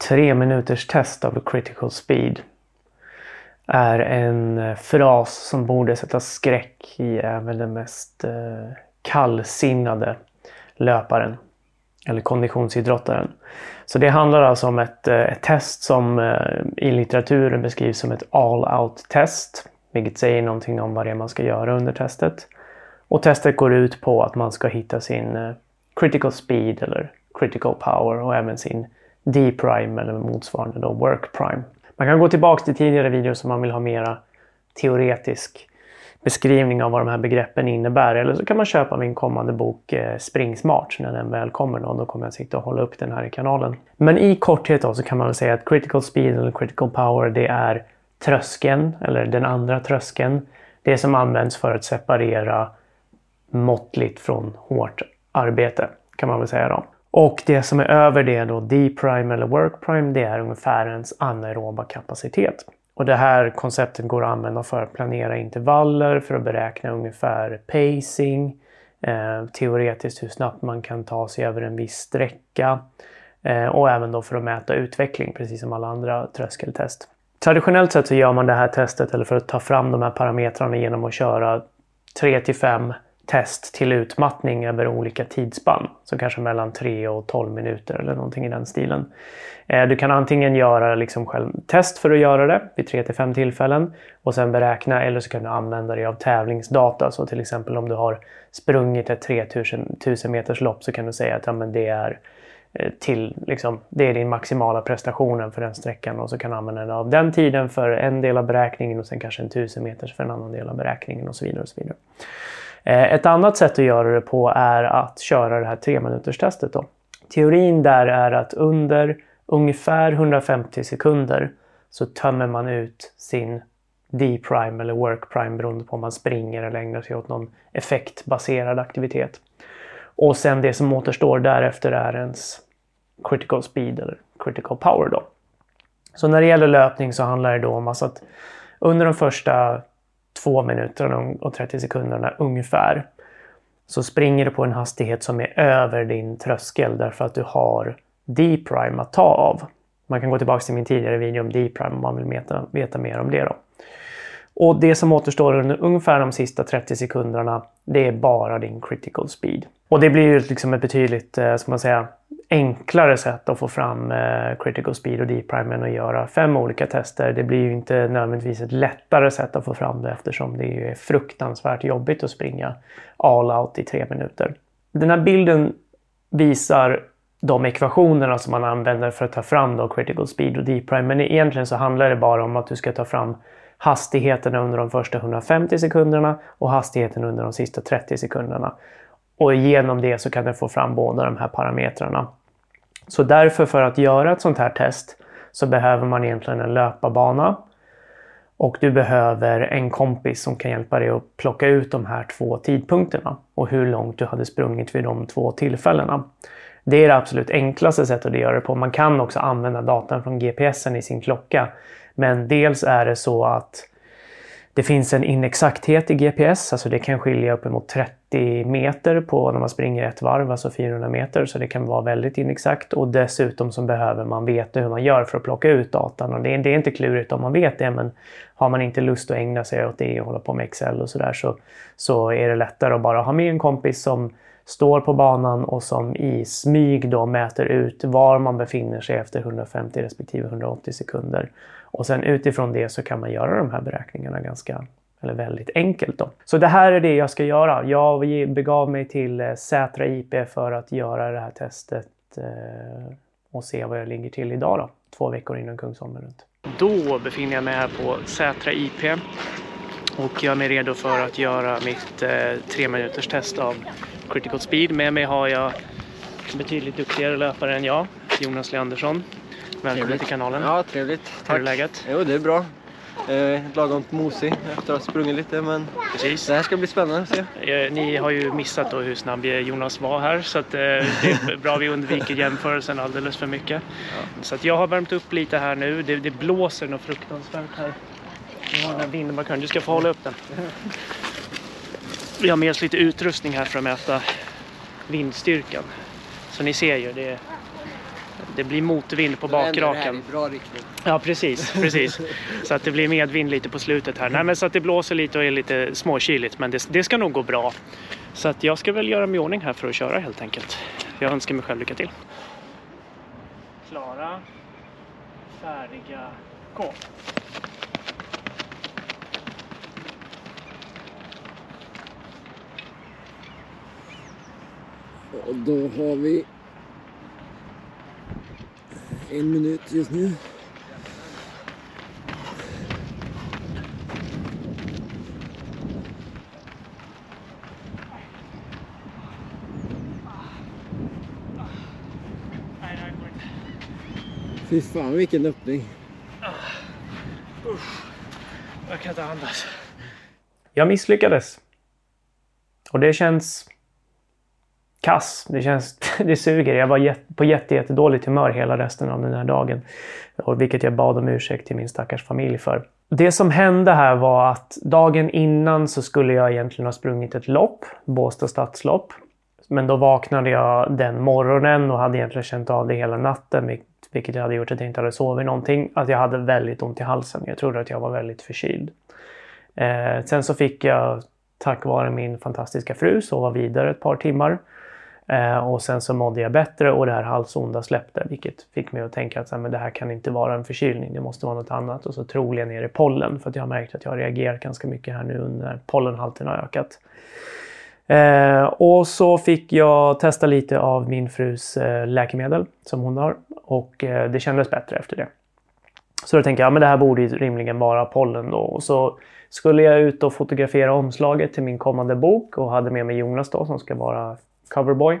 3 minuters test av critical speed är en fras som borde sätta skräck i även den mest kallsinnade löparen eller konditionsidrottaren. Så det handlar alltså om ett test som i litteraturen beskrivs som ett all-out test, vilket säger någonting om vad det är man ska göra under testet. Och testet går ut på att man ska hitta sin critical speed eller critical power och även sin D-prime eller motsvarande då work prime. Man kan gå tillbaka till tidigare videor som man vill ha mera teoretisk beskrivning av vad de här begreppen innebär. Eller så kan man köpa min kommande bok Spring Smart när den väl kommer då kommer jag sitta och hålla upp den här i kanalen. Men i korthet då så kan man väl säga att critical speed eller critical power det är tröskeln eller den andra tröskeln. Det som används för att separera måttligt från hårt arbete kan man väl säga då. Och det som är över det då, D-prime eller work prime, det är ungefär ens anaeroba kapacitet. Och det här konceptet går att använda för att planera intervaller, för att beräkna ungefär pacing, teoretiskt hur snabbt man kan ta sig över en viss sträcka och även då för att mäta utveckling, precis som alla andra tröskeltest. Traditionellt sett så gör man det här testet eller för att ta fram de här parametrarna genom att köra 3-5 test till utmattning över olika tidsspann. Så kanske mellan 3 och 12 minuter eller någonting i den stilen. Du kan antingen göra liksom själv test för att göra det vid 3-5 tillfällen och sen beräkna, eller så kan du använda dig av tävlingsdata. Så till exempel om du har sprungit ett 3000 meters lopp så kan du säga att ja, men det är det är din maximala prestationen för den sträckan och så kan du använda dig av den tiden för en del av beräkningen och sen kanske en 1000 meters för en annan del av beräkningen och så vidare och så vidare. Ett annat sätt att göra det på är att köra det här 3 minuters testet då. Teorin där är att under ungefär 150 sekunder så tömmer man ut sin D-prime eller work prime beroende på om man springer eller ägnar sig åt någon effektbaserad aktivitet. Och sen det som återstår därefter är ens critical speed eller critical power då. Så när det gäller löpning så handlar det då om alltså att under de första 2 minuterna och 30 sekunderna ungefär så springer du på en hastighet som är över din tröskel därför att du har D-prime att ta av. Man kan gå tillbaka till min tidigare video om D-prime om man vill veta mer om det då. Och det som återstår under ungefär de sista 30 sekunderna det är bara din critical speed. Och det blir ju liksom ett betydligt enklare sätt att få fram critical speed och D-prime än att göra 5 olika tester. Det blir ju inte nödvändigtvis ett lättare sätt att få fram det eftersom det är fruktansvärt jobbigt att springa all out i 3 minuter. Den här bilden visar de ekvationerna som man använder för att ta fram då critical speed och D-prime. Men egentligen så handlar det bara om att du ska ta fram hastigheten under de första 150 sekunderna och hastigheten under de sista 30 sekunderna. Och genom det så kan du få fram båda de här parametrarna. Så därför för att göra ett sånt här test så behöver man egentligen en löparbana. Och du behöver en kompis som kan hjälpa dig att plocka ut de här 2 tidpunkterna. Och hur långt du hade sprungit vid de 2 tillfällena. Det är det absolut enklaste sättet att göra det på. Man kan också använda datan från GPSen i sin klocka. Men dels är det så att det finns en inexakthet i GPS, alltså det kan skilja uppemot 30 meter på när man springer ett varv, alltså 400 meter, så det kan vara väldigt inexakt och dessutom så behöver man veta hur man gör för att plocka ut datan och det är inte klurigt om man vet det, men har man inte lust att ägna sig åt det och hålla på med Excel och sådär så är det lättare att bara ha med en kompis som står på banan och som i smyg då mäter ut var man befinner sig efter 150 respektive 180 sekunder. Och sen utifrån det så kan man göra de här beräkningarna väldigt enkelt då. Så det här är det jag ska göra. Jag begav mig till Sätra IP för att göra det här testet och se vad jag ligger till idag då. 2 veckor innan Kungsholmen runt. Då befinner jag mig här på Sätra IP och jag är redo för att göra mitt 3 minuters test av critical speed. Med mig har jag en betydligt duktigare löpare än jag, Jonas Leandersson. Välkommen till kanalen. Ja, trevligt. Hur är läget? Jo, det är bra. Lagom mosig efter att ha sprungit lite, men precis. Det här ska bli spännande att se. Ni har ju missat då hur snabb Jonas var här, så att, det är bra vi undviker jämförelsen alldeles för mycket. Ja. Så att jag har värmt upp lite här nu. Det blåser något fruktansvärt här. Jag har den här vindmarkören. Du ska få hålla upp den. Vi har med oss lite utrustning här för att mäta vindstyrkan. Så ni ser ju, Det blir motvind på bakraken. Bra riktning. Ja, precis. Så att det blir medvind lite på slutet här. Nej, men så att det blåser lite och är lite småkyligt, men det ska nog gå bra. Så att jag ska väl göra mig i ordning här för att köra helt enkelt. Jag önskar mig själv lycka till. Klara, färdiga, gå. Och då har vi 1 minut just nu. Fy fan vilken öppning. Jag kan inte andas. Jag misslyckades. Och det känns kass. Det suger. Jag var på jättedåligt humör hela resten av den här dagen. Och vilket jag bad om ursäkt till min stackars familj för. Det som hände här var att dagen innan så skulle jag egentligen ha sprungit ett lopp. Båstad stadslopp. Men då vaknade jag den morgonen och hade egentligen känt av det hela natten. Vilket jag hade gjort att jag inte hade sovit någonting. Att jag hade väldigt ont i halsen. Jag trodde att jag var väldigt förkyld. Sen så fick jag tack vare min fantastiska fru sova vidare ett par timmar. Och sen så mådde jag bättre och det här halsonda släppte. Vilket fick mig att tänka att men det här kan inte vara en förkylning. Det måste vara något annat. Och så troligen ner i pollen. För att jag har märkt att jag har reagerat ganska mycket här nu när pollenhalten har ökat. Och så fick jag testa lite av min frus läkemedel som hon har. Och det kändes bättre efter det. Så då tänkte jag, men det här borde rimligen vara pollen då. Och så skulle jag ut och fotografera omslaget till min kommande bok. Och hade med mig Jonas då som ska vara coverboy.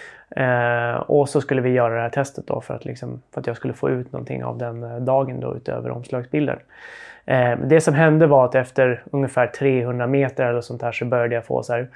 Och så skulle vi göra det här testet då för att jag skulle få ut någonting av den dagen då utöver omslagsbilder. Det som hände var att efter ungefär 300 meter eller sånt här så började jag få så här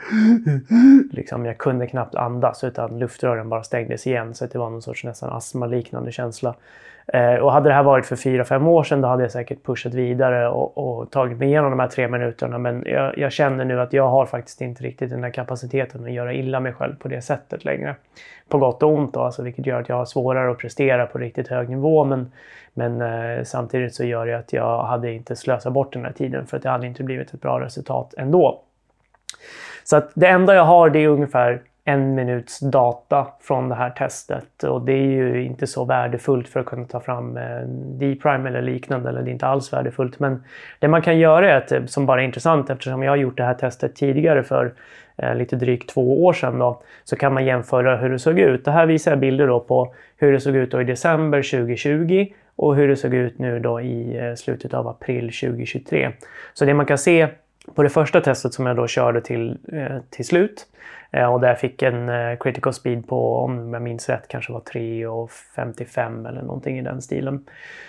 jag kunde knappt andas utan luftrören bara stängdes igen så det var någon sorts nästan astmaliknande känsla. Och hade det här varit för 4-5 år sedan då hade jag säkert pushat vidare och tagit mig igenom de här 3 minuterna. Men jag känner nu att jag har faktiskt inte riktigt den här kapaciteten att göra illa mig själv på det sättet längre. På gott och ont då, alltså, vilket gör att jag har svårare att prestera på riktigt hög nivå. Men samtidigt så gör det att jag hade inte slösat bort den här tiden för att det hade inte blivit ett bra resultat ändå. Så att det enda jag har det är ungefär 1 minuts data från det här testet. Och det är ju inte så värdefullt för att kunna ta fram D-prime eller liknande. Eller det är inte alls värdefullt. Men det man kan göra är att, som bara är intressant eftersom jag har gjort det här testet tidigare för lite drygt 2 år sedan då. Så kan man jämföra hur det såg ut. Det här visar bilder då på hur det såg ut då i december 2020. Och hur det såg ut nu då i slutet av april 2023. Så det man kan se på det första testet som jag då körde till slut. Och där fick en critical speed på, om jag minns rätt, kanske var 3,55 eller någonting i den stilen.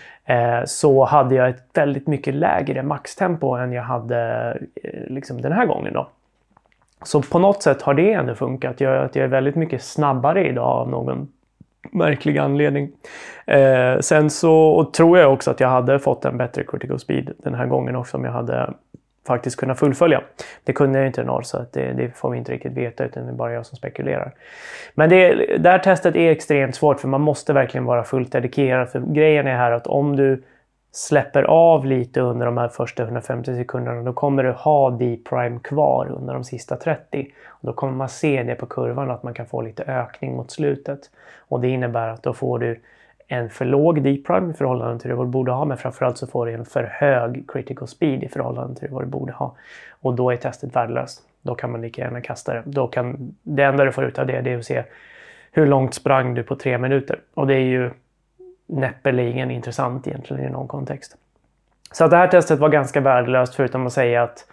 Så hade jag ett väldigt mycket lägre maxtempo än jag hade den här gången då. Så på något sätt har det ändå funkat. Att jag är väldigt mycket snabbare idag av någon märklig anledning. Sen så tror jag också att jag hade fått en bättre critical speed den här gången också om jag hade faktiskt kunna fullfölja. Det kunde jag inte nå så att det får vi inte riktigt veta utan det är bara jag som spekulerar. Men det här testet är extremt svårt för man måste verkligen vara fullt dedikerad. För grejen är här att om du släpper av lite under de här första 150 sekunderna då kommer du ha D-prime kvar under de sista 30. Och då kommer man se det på kurvan att man kan få lite ökning mot slutet. Och det innebär att då får du en för låg D-prime i förhållande till vad du borde ha. Men framförallt så får du en för hög critical speed i förhållande till vad du borde ha. Och då är testet värdelöst. Då kan man lika gärna kasta det. Det enda du får ut av det är att se hur långt sprang du på 3 minuter. Och det är ju näppeligen intressant egentligen i någon kontext. Så att det här testet var ganska värdelöst förutom att säga att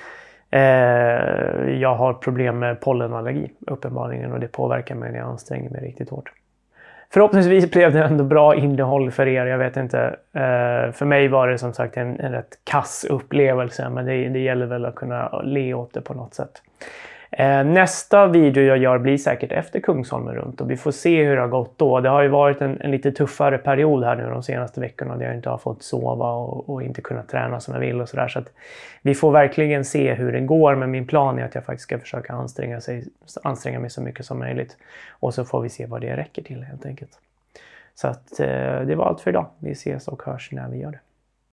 jag har problem med pollenallergi uppenbarligen. Och det påverkar mig när jag anstränger mig riktigt hårt. Förhoppningsvis blev det ändå bra innehåll för er, jag vet inte. För mig var det som sagt en rätt kass upplevelse, men det gäller väl att kunna le åt det på något sätt. Nästa video jag gör blir säkert efter Kungsholmen runt och vi får se hur det har gått då. Det har ju varit en lite tuffare period här nu de senaste veckorna där jag inte har fått sova och inte kunnat träna som jag vill och sådär. Så att vi får verkligen se hur det går, men min plan är att jag faktiskt ska försöka anstränga mig så mycket som möjligt. Och så får vi se vad det räcker till helt enkelt. Så att det var allt för idag. Vi ses och hörs när vi gör det.